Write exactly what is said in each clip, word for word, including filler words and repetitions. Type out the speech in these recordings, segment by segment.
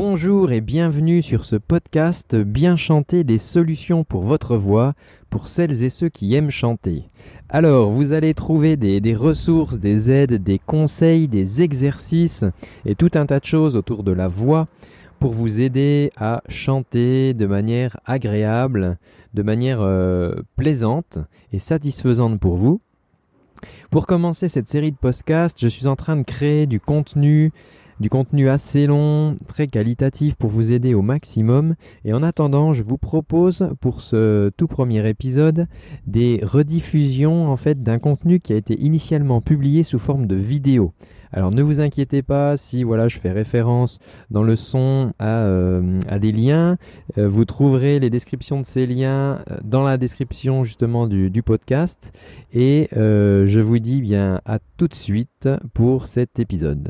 Bonjour et bienvenue sur ce podcast Bien chanter, des solutions pour votre voix, pour celles et ceux qui aiment chanter. Alors, vous allez trouver des, des ressources, des aides, des conseils, des exercices et tout un tas de choses autour de la voix pour vous aider à chanter de manière agréable, de manière euh, plaisante et satisfaisante pour vous. Pour commencer cette série de podcasts, je suis en train de créer du contenu Du contenu assez long, très qualitatif pour vous aider au maximum. Et en attendant, je vous propose pour ce tout premier épisode des rediffusions en fait d'un contenu qui a été initialement publié sous forme de vidéo. Alors ne vous inquiétez pas si voilà, je fais référence dans le son à, euh, à des liens. Euh, vous trouverez les descriptions de ces liens dans la description justement du, du podcast. Et euh, je vous dis bien à tout de suite pour cet épisode.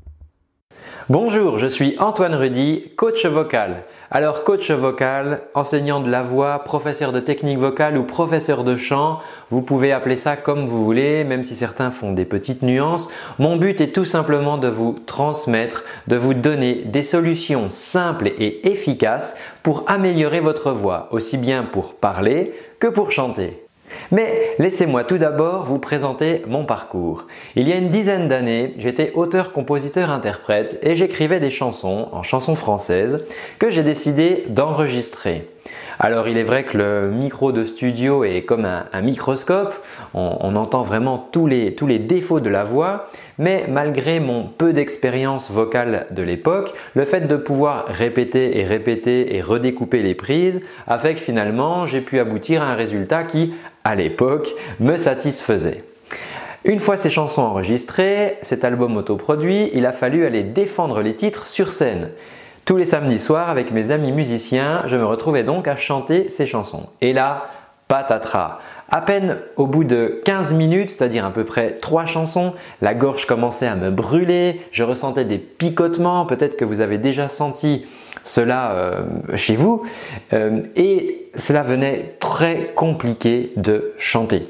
Bonjour, je suis Antoine Rudy, coach vocal. Alors coach vocal, enseignant de la voix, professeur de technique vocale ou professeur de chant, vous pouvez appeler ça comme vous voulez, même si certains font des petites nuances. Mon but est tout simplement de vous transmettre, de vous donner des solutions simples et efficaces pour améliorer votre voix, aussi bien pour parler que pour chanter. Mais laissez-moi tout d'abord vous présenter mon parcours. Il y a une dizaine d'années, j'étais auteur, compositeur, interprète et j'écrivais des chansons en chansons françaises que j'ai décidé d'enregistrer. Alors il est vrai que le micro de studio est comme un, un microscope, on, on entend vraiment tous les, tous les défauts de la voix, mais malgré mon peu d'expérience vocale de l'époque, le fait de pouvoir répéter et répéter et redécouper les prises a fait que finalement j'ai pu aboutir à un résultat qui, à l'époque, me satisfaisait. Une fois ces chansons enregistrées, cet album autoproduit, il a fallu aller défendre les titres sur scène. Tous les samedis soirs, avec mes amis musiciens, je me retrouvais donc à chanter ces chansons. Et là, patatras! À peine au bout de quinze minutes, c'est-à-dire à peu près trois chansons, la gorge commençait à me brûler, je ressentais des picotements, peut-être que vous avez déjà senti cela euh, chez vous, euh, et cela venait très compliqué de chanter.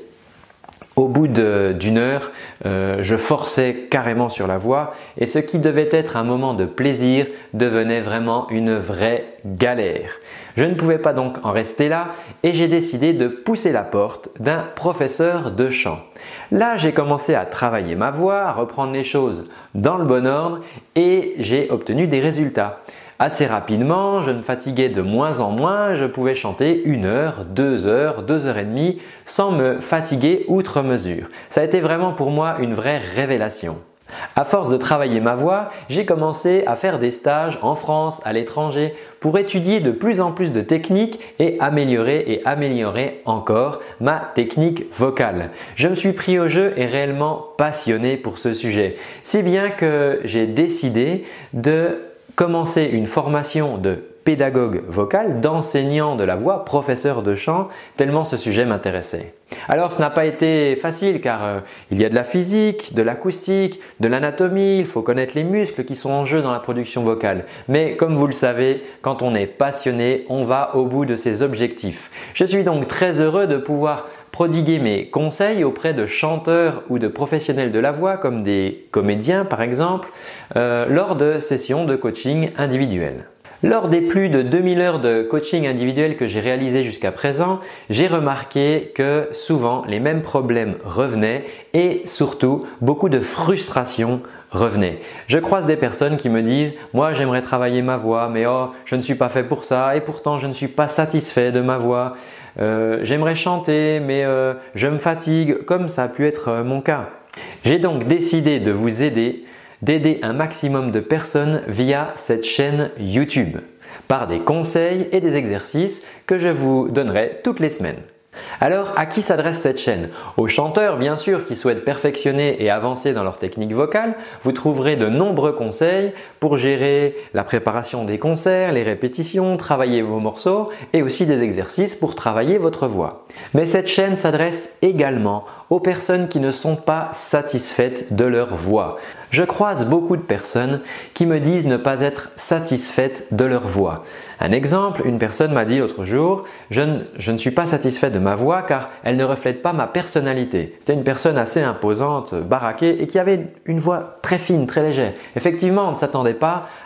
Au bout de, d'une heure, euh, je forçais carrément sur la voix et ce qui devait être un moment de plaisir devenait vraiment une vraie galère. Je ne pouvais pas donc en rester là et j'ai décidé de pousser la porte d'un professeur de chant. Là, j'ai commencé à travailler ma voix, à reprendre les choses dans le bon ordre et j'ai obtenu des résultats. Assez rapidement, je me fatiguais de moins en moins, je pouvais chanter une heure, deux heures, deux heures et demie sans me fatiguer outre mesure. Ça a été vraiment pour moi une vraie révélation. À force de travailler ma voix, j'ai commencé à faire des stages en France, à l'étranger pour étudier de plus en plus de techniques et améliorer et améliorer encore ma technique vocale. Je me suis pris au jeu et réellement passionné pour ce sujet, si bien que j'ai décidé de commencer une formation de pédagogue vocal, d'enseignant de la voix, professeur de chant, tellement ce sujet m'intéressait. Alors ce n'a pas été facile car euh, il y a de la physique, de l'acoustique, de l'anatomie, il faut connaître les muscles qui sont en jeu dans la production vocale. Mais comme vous le savez, quand on est passionné, on va au bout de ses objectifs. Je suis donc très heureux de pouvoir prodiguer mes conseils auprès de chanteurs ou de professionnels de la voix comme des comédiens par exemple, euh, lors de sessions de coaching individuel. Lors des plus de deux mille heures de coaching individuel que j'ai réalisé jusqu'à présent, j'ai remarqué que souvent les mêmes problèmes revenaient et surtout beaucoup de frustration revenait. Je croise des personnes qui me disent « moi j'aimerais travailler ma voix mais oh je ne suis pas fait pour ça et pourtant je ne suis pas satisfait de ma voix. Euh, j'aimerais chanter mais euh, je me fatigue » comme ça a pu être euh, mon cas. J'ai donc décidé de vous aider d'aider un maximum de personnes via cette chaîne YouTube par des conseils et des exercices que je vous donnerai toutes les semaines. Alors, à qui s'adresse cette chaîne? Aux chanteurs, bien sûr, qui souhaitent perfectionner et avancer dans leur technique vocale. Vous trouverez de nombreux conseils pour gérer la préparation des concerts, les répétitions, travailler vos morceaux et aussi des exercices pour travailler votre voix. Mais cette chaîne s'adresse également aux personnes qui ne sont pas satisfaites de leur voix. Je croise beaucoup de personnes qui me disent ne pas être satisfaites de leur voix. Un exemple, une personne m'a dit l'autre jour je ne, je ne suis pas satisfait de ma voix car elle ne reflète pas ma personnalité. C'était une personne assez imposante, baraquée et qui avait une voix très fine, très légère. Effectivement, on ne s'attendait pas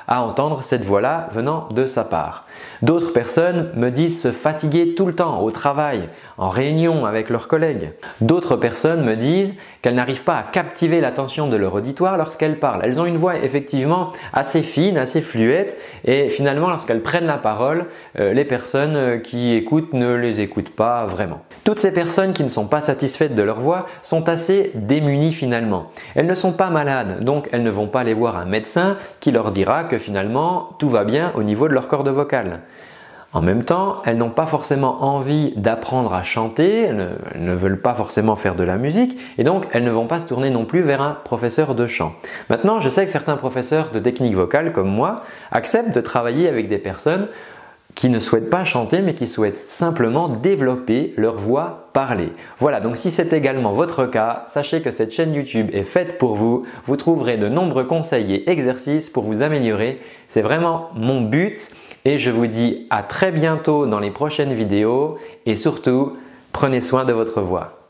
à entendre cette voix-là venant de sa part. D'autres personnes me disent se fatiguer tout le temps au travail, en réunion avec leurs collègues. D'autres personnes me disent qu'elles n'arrivent pas à captiver l'attention de leur auditoire lorsqu'elles parlent. Elles ont une voix effectivement assez fine, assez fluette et finalement lorsqu'elles prennent la parole, euh, les personnes qui écoutent ne les écoutent pas vraiment. Toutes ces personnes qui ne sont pas satisfaites de leur voix sont assez démunies finalement. Elles ne sont pas malades, donc elles ne vont pas aller voir un médecin qui leur dira que finalement tout va bien au niveau de leur corde vocale. En même temps, elles n'ont pas forcément envie d'apprendre à chanter, elles ne, elles ne veulent pas forcément faire de la musique et donc elles ne vont pas se tourner non plus vers un professeur de chant. Maintenant, je sais que certains professeurs de technique vocale comme moi acceptent de travailler avec des personnes qui ne souhaitent pas chanter mais qui souhaitent simplement développer leur voix parlée. Voilà, donc si c'est également votre cas, sachez que cette chaîne YouTube est faite pour vous. Vous trouverez de nombreux conseils et exercices pour vous améliorer. C'est vraiment mon but et je vous dis à très bientôt dans les prochaines vidéos et surtout, prenez soin de votre voix.